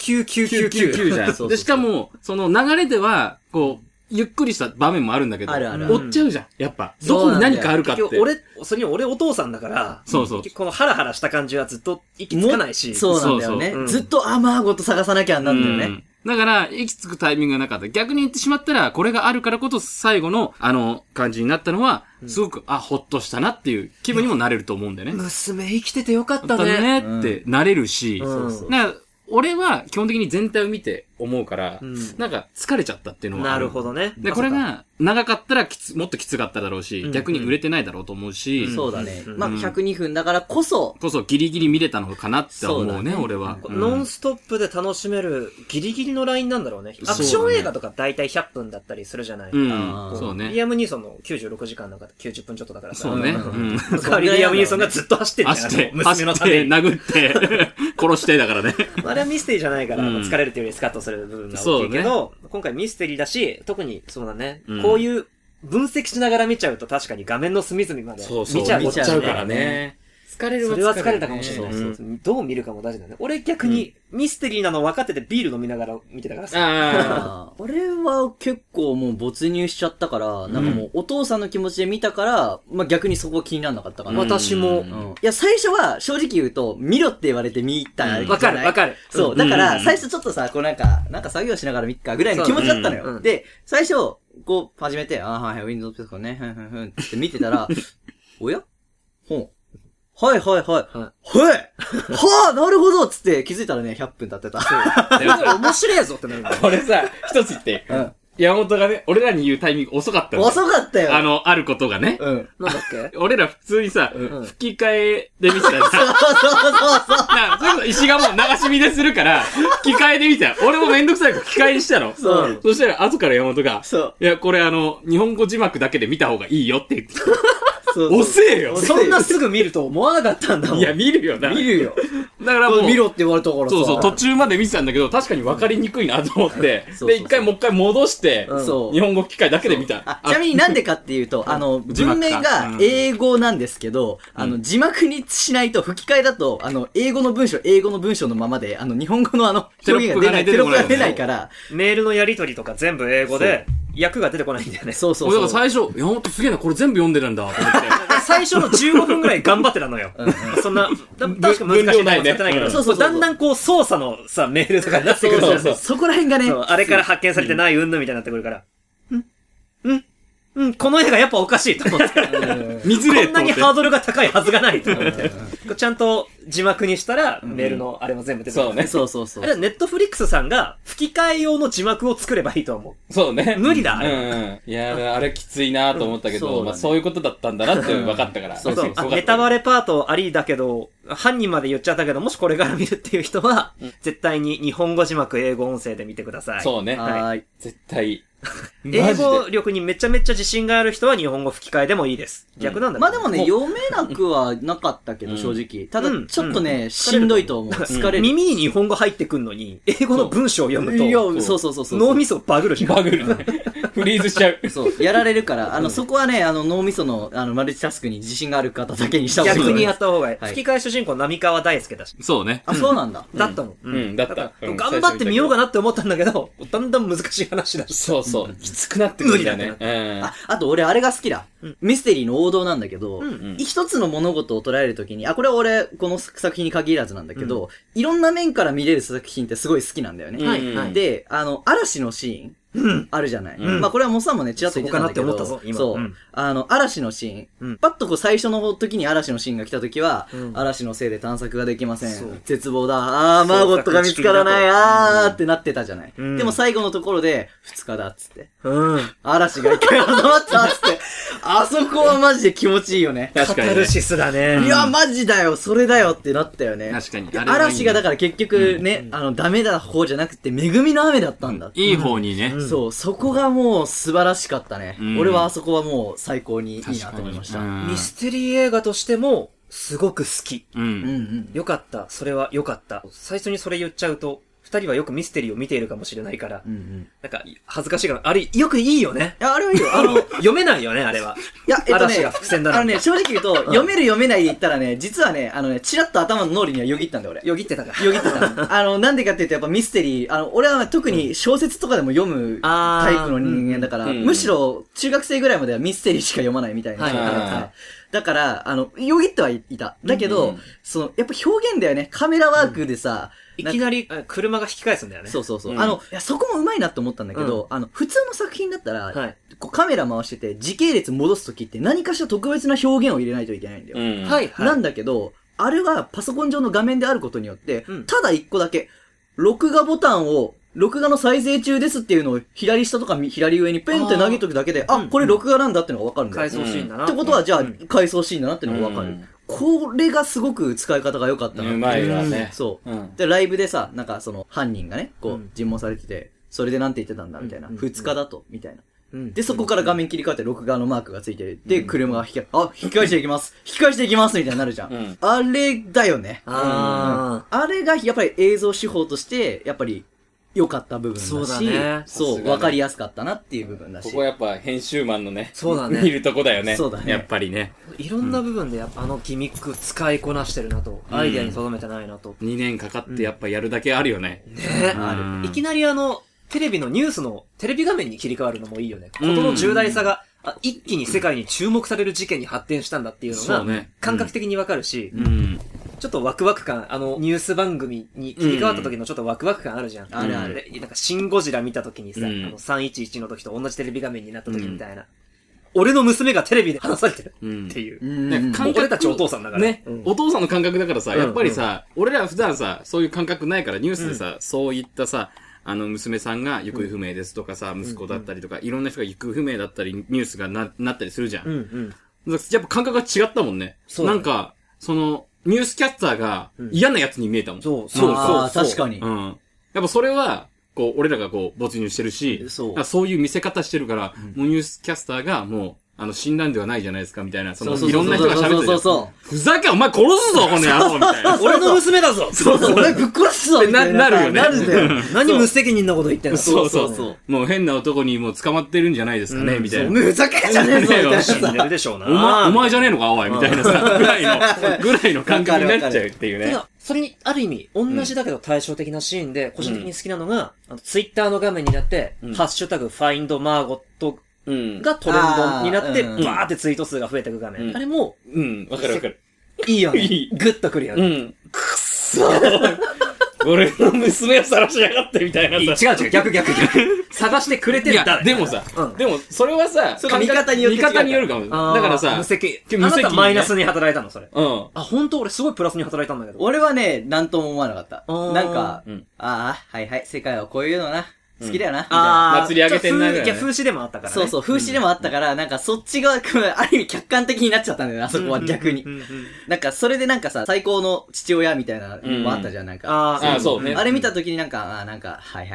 999じゃん。で、しかも、その流れでは、こう、ゆっくりした場面もあるんだけど、追っちゃうじゃん、やっぱ。どこに何かあるかって。 俺お父さんだから、このハラハラした感じはずっと息つかないし。 そうなんだよね。ずっとアマーごと探さなきゃなんだよね。 だから、息つくタイミングがなかった。逆に言ってしまったら、これがあるからこそ最後の、感じになったのは、すごく、ほっとしたなっていう気分にもなれると思うんだよね。 娘生きててよかったね。 ってなれるし、俺は基本的に全体を見て思うから、なんか疲れちゃったっていうのはある。 なるほどね。 で、これが長かったらもっときつかっただろうし、逆に売れてないだろうと思うし。 そうだね。まあ、102分だからこそギリギリ見れたのかなって思うね、俺は。 ノンストップで楽しめるギリギリのラインなんだろうね。アクション映画とか大体100分だったりするじゃない。 そうね。 リアム・ニーソンの96時間なんか90分ちょっとだからさ。 そうね。 代わりリアム・ニーソンがずっと走ってるじゃん。 娘のために。殴って、殺してだからね。 あれはミステリーじゃないから、疲れるっていうよりスカッとする部分が大きいけど、今回ミステリーだし、特にそうだね、こういう分析しながら見ちゃうと確かに画面の隅々まで見ちゃうからね。疲れるそれは疲れたかもしれない。どう見るかも大事だね。俺逆にミステリーなの分かっててビール飲みながら見てたからさ。 俺は結構もう没入しちゃったから、なんかもうお父さんの気持ちで見たから、まあ逆にそこは気にならなかったかな。 私も。 いや、最初は正直言うと、見ろって言われて見た。 わかる。 そう。だから最初ちょっとさ、こうなんか作業しながら見っかぐらいの気持ちだったのよ。で、最初、こう始めて、はい、Windows ですかね、って見てたら、おやはい。はあ、なるほどつって気づいたらね、100分経ってた。 面白いぞってなるんだよ。 俺さ、一つ言って。山本がね、俺らに言うタイミング遅かったんだよ。 遅かったよ。 あることがね。 なんだっけ俺ら普通にさ、吹き替えで見てたらさ。 そう。 そういうこと石がもう流し見でするから、吹き替えで見た。俺もめんどくさいから吹き替えにしたの。そしたら後から山本が、いや、これ日本語字幕だけで見た方がいいよって言って。遅えよ。 そんなすぐ見ると思わなかったんだもん。 いや、見るよな。 見るよ。 だからもう。 見ろって言われたからさ。 そう、途中まで見てたんだけど、確かに分かりにくいなと思って。で、もう一回戻して、日本語吹き替えだけで見た。 ちなみになんでかっていうと、文明が英語なんですけど、字幕にしないと吹き替えだと、英語の文章のままで、日本語の表現が出ない、テロップが出ないから。 メールのやりとりとか全部英語で、訳が出てこないんだよね。 そう。 だから最初、山本すげえな、これ全部読んでるんだ、と思って。 最初の15分くらい頑張ってたのよ。そんな、確か難しいないね。だんだんこう操作のさ、メールとかになってくるから。 そこら辺がね。 あれから発見されてないうんぬみたいになってくるから。この映画やっぱおかしいと思って。 見づれこんなにハードルが高いはずがないと思って。ちゃんと字幕にしたら、メールのあれも全部出てくる。 そうね。 そう。 あれはネットフリックスさんが吹き替え用の字幕を作ればいいと思う。 そうね。 無理だ、あれ。 いや、あれきついなと思ったけど、そういうことだったんだなって分かったから。 ネタバレパートありだけど、犯人まで言っちゃったけど、もしこれから見るっていう人は、絶対に日本語字幕、英語音声で見てください。 そうね。はい。絶対。 英語力にめちゃめちゃ自信がある人は日本語吹き替えでもいいです。逆なんだ。 まあでもね、読めなくはなかったけど、正直。ただ、ちょっとね、しんどいと思う。疲れる。 耳に日本語入ってくんのに、英語の文章を読むと、 いや、そう。 脳みそバグるし。 バグるね。フリーズしちゃう。 そう、やられるから、そこはね、脳みその、マルチタスクに自信がある方だけにした方がいい。 逆にやった方がいい。吹き替え主人公、浪川大輔だし。 そうね。 あ、そうなんだ。 だったもん。 だった。 頑張ってみようかなって思ったんだけど、だんだん難しい話だし。 そう。きつくなってくるんだよね。 あと俺あれが好きだ。ミステリーの王道なんだけど、一つの物事を捉えるときに、これは俺、この作品に限らずなんだけど、いろんな面から見れる作品ってすごい好きなんだよね。で、嵐のシーン。あるじゃない。まあこれはモッサンもね、ちらっと言ってたんだけど。 そうかなって思ったぞ、今。 そう。嵐のシーン。パッとこう最初の時に嵐のシーンが来た時は、嵐のせいで探索ができません。絶望だ。マーゴットが見つからない。ってなってたじゃない。でも最後のところで、2日だっつって。嵐が一回挟まったっつって。あそこはマジで気持ちいいよね。 カタルシスだね。 いや、マジだよ。それだよってなったよね。 確かに。 嵐がだから結局ね、ダメだ方じゃなくて、恵みの雨だったんだ。 いい方にね。 そう、そこがもう素晴らしかったね。俺はあそこはもう最高にいいなと思いました。 ミステリー映画としても、すごく好き。よかった。それはよかった。最初にそれ言っちゃうと、二人はよくミステリーを見ているかもしれないから、なんか、恥ずかしいが、あれ、よくいいよね。 いや、あれはいいよ。 読めないよね、あれは。 いや、 嵐が伏線だな。 正直言うと、読める読めないで言ったらね、実はね、チラッと頭の脳裏にはよぎったんだよ、俺。 よぎってたか。 よぎってた。なんでかって言うと、やっぱミステリー、俺は特に小説とかでも読むタイプの人間だから、むしろ、中学生ぐらいまではミステリーしか読まないみたいな。だから、よぎってはいた。だけど、やっぱ表現だよね。カメラワークでさ、 いきなり車が引き返すんだよね。 そう。いや、そこも上手いなって思ったんだけど、普通の作品だったら、こうカメラ回してて、時系列戻すときって何かしら特別な表現を入れないといけないんだよ。なんだけど、あれはパソコン上の画面であることによって、ただ一個だけ、録画ボタンを、録画の再生中ですっていうのを左下とか左上にペンって投げとくだけで、これ録画なんだってのがわかるんだよ。 回想シーンだな。 ってことは、じゃあ、回想シーンだなってのがわかる。これがすごく使い方が良かったな。 うまいわね。 そう。で、ライブでさ、なんか犯人がね、こう、尋問されてて、それでなんて言ってたんだみたいな。2日だと、みたいな。で、そこから画面切り替わって録画のマークがついて、で、車が引き返していきますみたいになるじゃん。あれだよね。あれがやっぱり映像手法として、やっぱり良かった部分だし、 そうだね。 そう、わかりやすかったなっていう部分だし。 ここやっぱ編集マンのね、 そうだね。 見るとこだよね。 そうだね。 やっぱりね。 いろんな部分でやっぱギミック使いこなしてるなと、アイデアに留めてないなと。 2年かかってやっぱやるだけあるよね。 ねある。いきなりテレビのニュースのテレビ画面に切り替わるのもいいよね。ことの重大さが、一気に世界に注目される事件に発展したんだっていうのが、感覚的にわかるし、ちょっとワクワク感、ニュース番組に切り替わった時のちょっとワクワク感あるじゃん。 あるある。 なんかシンゴジラ見た時にさ、311の時と同じテレビ画面になった時みたいな。俺の娘がテレビで話されてるっていう。俺たちお父さんだから。 ね。お父さんの感覚だからさ、やっぱりさ、俺ら普段さ、そういう感覚ないからニュースでさ、そういったさ、娘さんが行方不明ですとかさ、息子だったりとか、いろんな人が行方不明だったり、ニュースがなったりするじゃん。やっぱ感覚が違ったもんね。なんか、ニュースキャスターが嫌なやつに見えたもん。 そう。確かに。 やっぱそれは、こう、俺らがこう、没入してるし、そういう見せ方してるから、もうニュースキャスターがもう、診断ではないじゃないですか、みたいな。いろんな人が喋ってる。ふざけ、お前殺すぞ、この野郎みたいな。 俺の娘だぞ俺ぶっ殺すぞなるよね。 なるんだよ。 何無責任なこと言ってんのそう。もう変な男にもう捕まってるんじゃないですかね、みたいな。 ふざけんじゃねえぞみたいな。 死んでるでしょうな。 お前じゃねえのか、おい、みたいなさ、ぐらいの感覚になっちゃうっていうね。 それに、ある意味、同じだけど対照的なシーンで、個人的に好きなのが、ツイッターの画面になって、ハッシュタグ、ファインドマーゴットがトレンドになって、バーってツイート数が増えていく画面。あれも、 わかる。 いいよね。グッとくるよね。 くっそー。俺の娘を晒しやがってみたいなさ。 違う、逆。探してくれてるんだ。 でもさ、それはさ、 見方によるかも。だからさ、 無責任。あなたマイナスに働いたの、それ。本当俺すごいプラスに働いたんだけど。 俺はね、なんとも思わなかった。なんか、はい、世界はこういうのな。好きだよな。 祭り上げてんな。 いや、風刺でもあったからね。 そう、風刺でもあったから、なんかそっちが、ある意味客観的になっちゃったんだよな、あそこは逆に。なんか、それでなんかさ、最高の父親みたいなのもあったじゃん、なんか。 そうね。 あれ見た時になんか、はい、みたいな。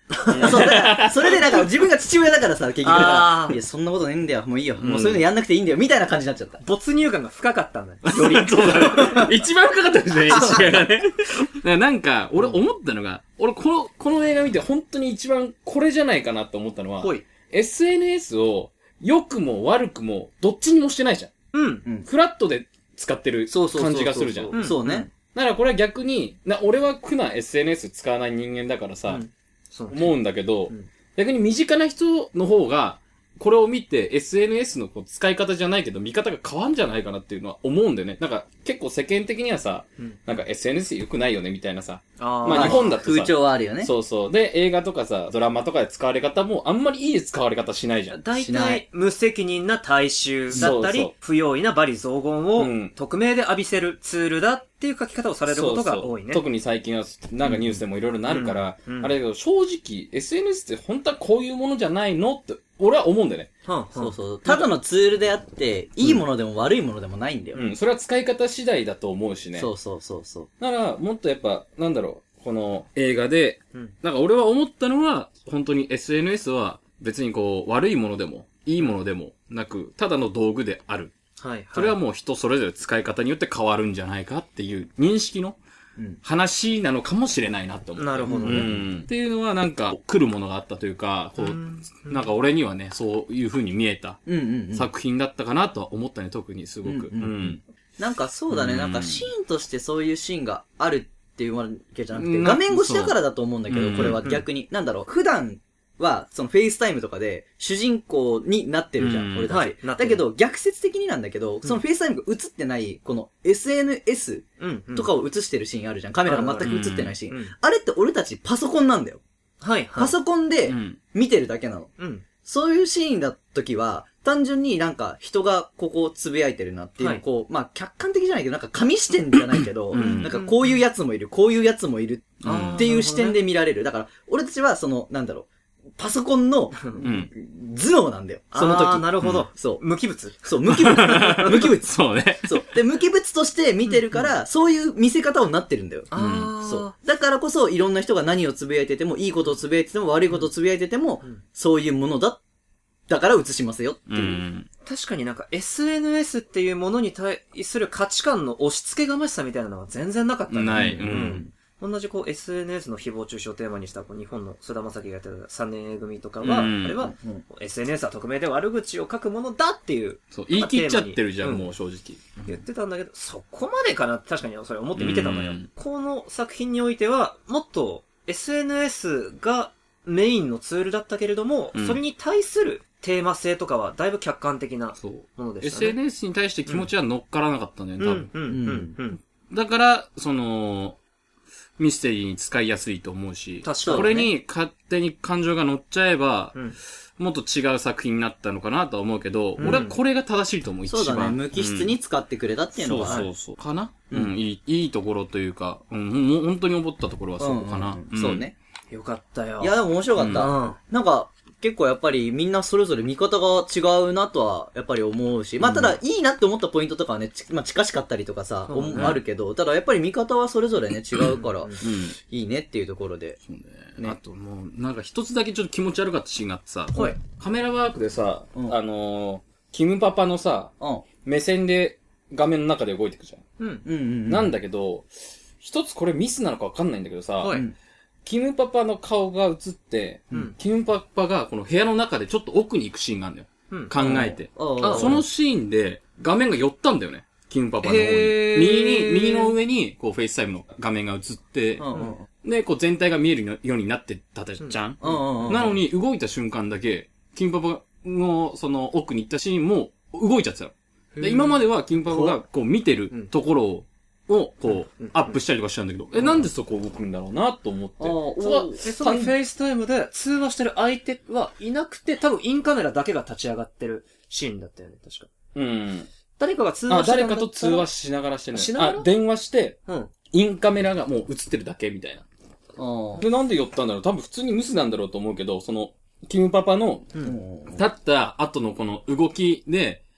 そう、それでなんか自分が父親だからさ、結局だから、いや、そんなことねえんだよ、もういいよ。もうそういうのやんなくていいんだよ、みたいな感じになっちゃった。 没入感が深かったんだよ。より。 そうだね。一番深かったですね、父親がね。なんか、俺思ったのが、俺この映画見て本当に一番これじゃないかなって思ったのは、SNS を良くも悪くもどっちにもしてないじゃん。うん。フラットで使ってる感じがするじゃん。 そうね。 だからこれは逆に、俺は苦な SNS 使わない人間だからさ、思うんだけど、逆に身近な人の方が、これを見て SNS の使い方じゃないけど見方が変わんじゃないかなっていうのは思うんだよね。なんか結構世間的にはさ、なんか SNS 良くないよねみたいなさ。まあ日本だとさ。 風潮はあるよね。 そうそう。で、映画とかさ、ドラマとかで使われ方もあんまりいい使われ方しないじゃん。 大体無責任な大衆だったり、不用意な罵詈雑言を匿名で浴びせるツールだっていう書き方をされることが多いね。 特に最近はなんかニュースでもいろいろなるから、あれだけど正直 SNS って本当はこういうものじゃないのって俺は思うんだよね。 そうそう。ただのツールであって、いいものでも悪いものでもないんだよ。 それは使い方次第だと思うしね。 そう。 だから、もっとやっぱ、なんだろう、この映画で、なんか俺は思ったのは、本当に SNS は別に悪いものでも、いいものでもなく、ただの道具である。それはもう人それぞれ使い方によって変わるんじゃないかっていう認識の話なのかもしれないなって思って。 なるほどね。 っていうのはなんか来るものがあったというか、なんか俺にはね、そういう風に見えた作品だったかなとは思ったね、特にすごく。 なんかそうだね、なんかシーンとしてそういうシーンがあるっていうわけじゃなくて、画面越しだからだと思うんだけど、これは逆に。なんだろう、普段は、そのフェイスタイムとかで主人公になってるじゃん、俺たち。だけど、逆説的になんだけど、そのフェイスタイムが映ってない、この SNS とかを映してるシーンあるじゃん。カメラが全く映ってないシーン。あれって俺たちパソコンなんだよ。パソコンで見てるだけなの。そういうシーンだった時は、単純になんか人がここをつぶやいてるなっていうのをまあ客観的じゃないけど、なんか紙視点じゃないけど、なんかこういうやつもいる、こういうやつもいるっていう視点で見られる。だから、俺たちはその、なんだろう、パソコンの頭脳なんだよ。その時。 なるほど。 そう。 無機物。 そう、無機物。無機物。 そうね。 そう。で、無機物として見てるから、そういう見せ方をなってるんだよ。そう。だからこそ、いろんな人が何をつぶやいてても、いいことをつぶやいてても、悪いことをつぶやいてても、そういうものだ。だから映しますよっていう。 確かになんか SNS っていうものに対する価値観の押し付けがましさみたいなのは全然なかったね。 ない。 同じSNS の誹謗中傷をテーマにした日本の菅田将暉がやってた3年 A 組とかは、あれは SNS は匿名で悪口を書くものだっていう。 そう、言い切っちゃってるじゃん、もう正直。 言ってたんだけど、そこまでかなって確かにそれ思って見てたのよ。この作品においては、もっと SNS がメインのツールだったけれども、それに対するテーマ性とかはだいぶ客観的なものでしたね。 SNS に対して気持ちは乗っからなかったんだよね、多分。だから、ミステリーに使いやすいと思うし、これに勝手に感情が乗っちゃえば、もっと違う作品になったのかなとは思うけど、俺はこれが正しいと思う、一番。 そうだね、無機質に使ってくれたっていうのがある。 そう。かないいところというか、本当に思ったところはそうかな。 そうね。 よかったよ。 いや、でも面白かった。なんか、結構やっぱりみんなそれぞれ見方が違うなとはやっぱり思うし、まあただいいなって思ったポイントとかはね、まあ近しかったりとかさ、あるけど、ただやっぱり見方はそれぞれね違うから、いいねっていうところで。 そうね。あともう、なんか一つだけちょっと気持ち悪かったシーンがあってさ、カメラワークでさ、キムパパのさ、目線で画面の中で動いていくじゃん。なんだけど、一つこれミスなのかわかんないんだけどさ、キムパパの顔が映って、キムパパがこの部屋の中でちょっと奥に行くシーンがあるんだよ。考えて。そのシーンで画面が寄ったんだよね。キムパパの方に。右の上にこうフェイスタイムの画面が映って、で、こう全体が見えるようになってたじゃん。なのに動いた瞬間だけ、キムパパのその奥に行ったシーンも動いちゃってたの。で、今まではキムパパがこう見てるところを、こう、アップしたりとかしたんだけど、なんでそこ動くんだろうなと思って。 そのフェイスタイムで通話してる相手はいなくて、多分インカメラだけが立ち上がってるシーンだったよね、確か。誰かが通話してる。 誰かと通話しながらしてる。電話して、インカメラがもう映ってるだけみたいな。で、なんで寄ったんだろう、多分普通に無視なんだろうと思うけど、その、キムパパの、立った後のこの動きで、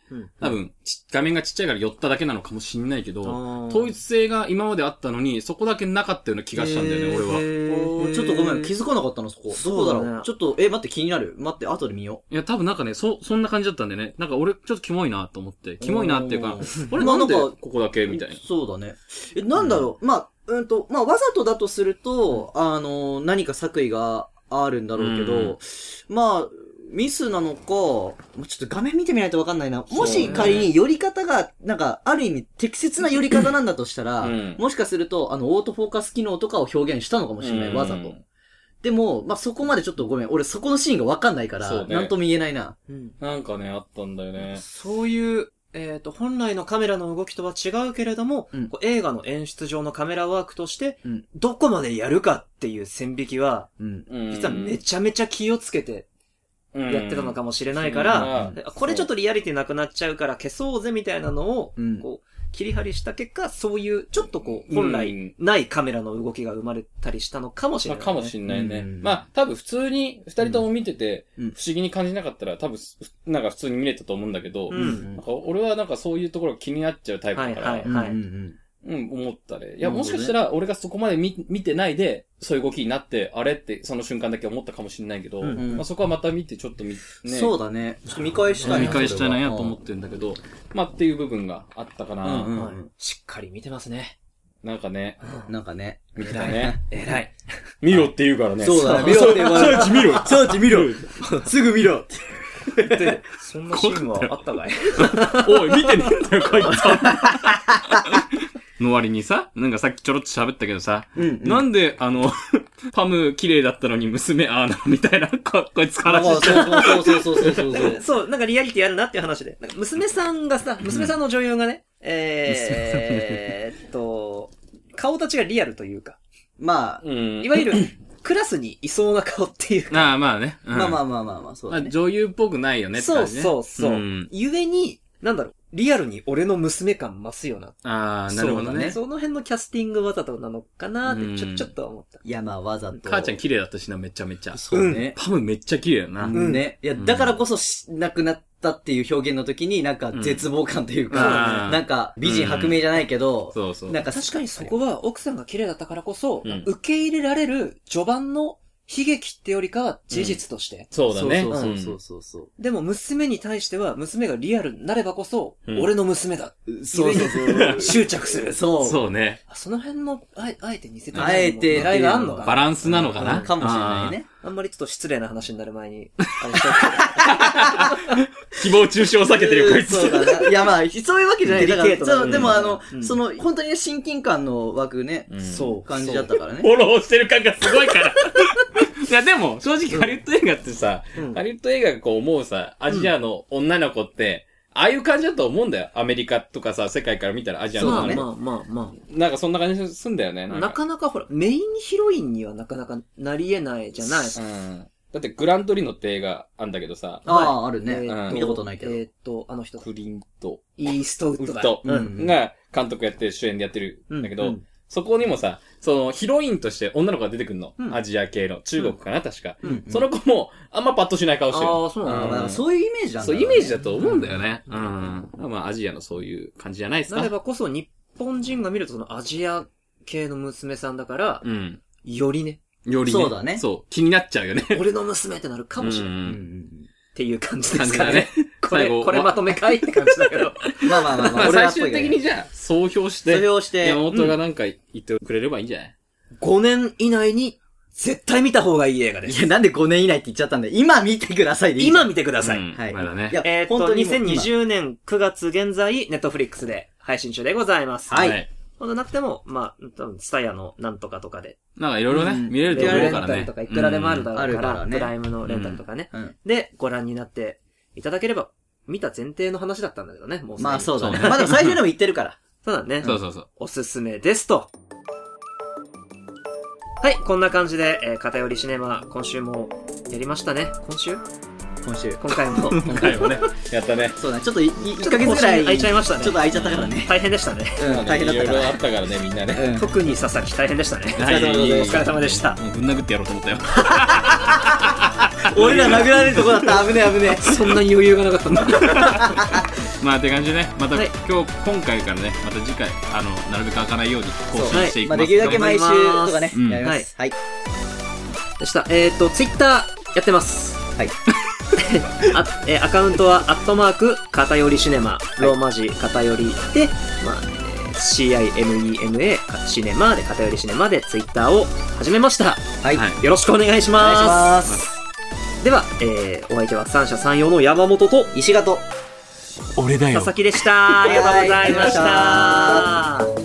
多分、画面がちっちゃいから寄っただけなのかもしんないけど、統一性が今まであったのに、そこだけなかったような気がしたんだよね、俺は。 ちょっとごめん、気づかなかったの、そこ。どこだろう。ちょっと、待って、気になる。待って、後で見よう。いや、多分なんかね、そんな感じだったんでね。なんか俺、ちょっとキモいなと思って。キモいなっていうか、俺なんでここだけみたいな。 そうだね。なんだろう。わざとだとすると、何か作為があるんだろうけど、ミスなのか、ちょっと画面見てみないとわかんないな。もし仮に寄り方が、なんか、ある意味適切な寄り方なんだとしたら、もしかすると、オートフォーカス機能とかを表現したのかもしれない、わざと。でも、そこまでちょっとごめん。俺そこのシーンがわかんないから、なんとも言えないな。 なんかね、あったんだよね。 そういう、本来のカメラの動きとは違うけれども、映画の演出上のカメラワークとして、どこまでやるかっていう線引きは、実はめちゃめちゃ気をつけて、やってたのかもしれないから、これちょっとリアリティなくなっちゃうから消そうぜみたいなのを、こう、切り張りした結果、そういう、ちょっとこう、本来ないカメラの動きが生まれたりしたのかもしれない、ね。 かもしれないね。多分普通に二人とも見てて、不思議に感じなかったら、多分、なんか普通に見れたと思うんだけど、俺はなんかそういうところが気になっちゃうタイプだから、思ったね。いや、もしかしたら俺がそこまで見てないで、そういう動きになって、あれってその瞬間だけ思ったかもしれないけど、そこはまた見てちょっとそうだね。ちょっと見返したいな。 見返したいなと思ってるんだけど、っていう部分があったかな。 しっかり見てますね。 なんかね。 見てたね。 偉い。 見ろって言うからね。 そうだね。見ろって言われる。 サーチ見ろ。 サーチ見ろ。すぐ見ろ。 そんなシーンはあったかい？ おい、見てねえんだよ、こいつ。の割にさ、なんかさっきちょろっと喋ったけどさ、なんでパム綺麗だったのに娘ああなのみたいな、こいつ話してる。 そう、なんかリアリティあるなっていう話で。なんか娘さんがさ、娘さんの女優がね、顔立ちがリアルというか。いわゆる、クラスにいそうな顔っていうか。 まあね。 そうだね。 女優っぽくないよねって感じね。 そう。ゆえに、なんだろう、リアルに俺の娘感増すよな。 なるほどね。 その辺のキャスティングわざとなのかなってちょっと思った。 いや、わざと。 母ちゃん綺麗だったしな、めちゃめちゃ。 そうね。 パムめっちゃ綺麗だな。 ね。いや、だからこそ亡くなったっていう表現の時になんか絶望感というか、なんか美人薄命じゃないけど、 なんか確かにそこは奥さんが綺麗だったからこそ、受け入れられる序盤の悲劇ってよりかは事実として。 そうだね。 そう。 でも娘に対しては、娘がリアルになればこそ、俺の娘だ。 そう。 執着する。 そうね。 その辺の、あえて似せてあえて狙いがあんのかな。 バランスなのかな。 かもしれないね。 あんまりちょっと失礼な話になる前に、 誹謗中傷を避けてるよ、こいつ。 そうだね。いやそういうわけじゃない。だからでも本当に親近感の湧くね、感じだったからね。 フォローしてる感がすごいから。いや、でも、正直ハリウッド映画ってさ、ハリウッド映画がこう思うさ、アジアの女の子って、ああいう感じだと思うんだよ。アメリカとかさ、世界から見たらアジアの女の子。 まあ。 なんかそんな感じすんだよね。 なかなかほら、メインヒロインにはなかなかなり得ないじゃない。 だってグラントリノって映画あんだけどさ。 あるね。見たことないけど。 あの人。 クリント。 イーストウッドだ。 が監督やって主演でやってるんだけど、そこにもさ、ヒロインとして女の子が出てくるの。アジア系の。中国かな、確か。その子も、あんまパッとしない顔してる。 そうなんだ。そういうイメージなんだ。 そう、イメージだと思うんだよね。アジアのそういう感じじゃないですか。 なればこそ、日本人が見るとそのアジア系の娘さんだから、よりね。 そうだね。 そう、気になっちゃうよね。 俺の娘ってなるかもしれない。っていう感じですかね。これまとめかいって感じだけど。 まあ最終的にじゃあ、総評して。山本がなんか言ってくれればいいんじゃない ?5 年以内に、絶対見た方がいい映画です。 いや、なんで5年以内って言っちゃったんだよ。今見てくださいでいい。 今見てください。 はい。まだね。 2020年9月現在、ネットフリックスで配信中でございます。 はい。 なくても、多分、スタヤのなんとかとかで。 なんかいろいろね、見れると思うからね。 レンタルとかいくらでもあるだろうから、プライムのレンタルとかね。で、ご覧になっていただければ、見た前提の話だったんだけどね、もう。 そうだね。でも最初でも言ってるから。 そうだね。 そう。 おすすめですと。はい、こんな感じで、偏りシネマ、今週もやりましたね。今回も。 今回もね、やったね。 そうだね、ちょっと1ヶ月ぐらい。 空いちゃいましたね。 ちょっと空いちゃったからね。 大変でしたね。 大変だったから。いろいろあったからね、みんなね。 特に佐々木大変でしたね。 お疲れ様でした。 もうぶん殴ってやろうと思ったよ。 俺ら殴られるとこだった。危ねえ。 そんなに余裕がなかったんだ。 まあって感じでね、また、今回からね、また次回、なるべく開かないように更新していきます。 できるだけ毎週とかね、やります。はい。 でした。ツイッターやってます。はい。アカウントは、偏りシネマ、ローマ字偏りで、CINEMA シネマで偏りシネマでツイッターを始めました。はい。よろしくお願いします。お願いします。では、お相手は三者三様の山本と石形。 俺だよ。 佐々木でした。ありがとうございました。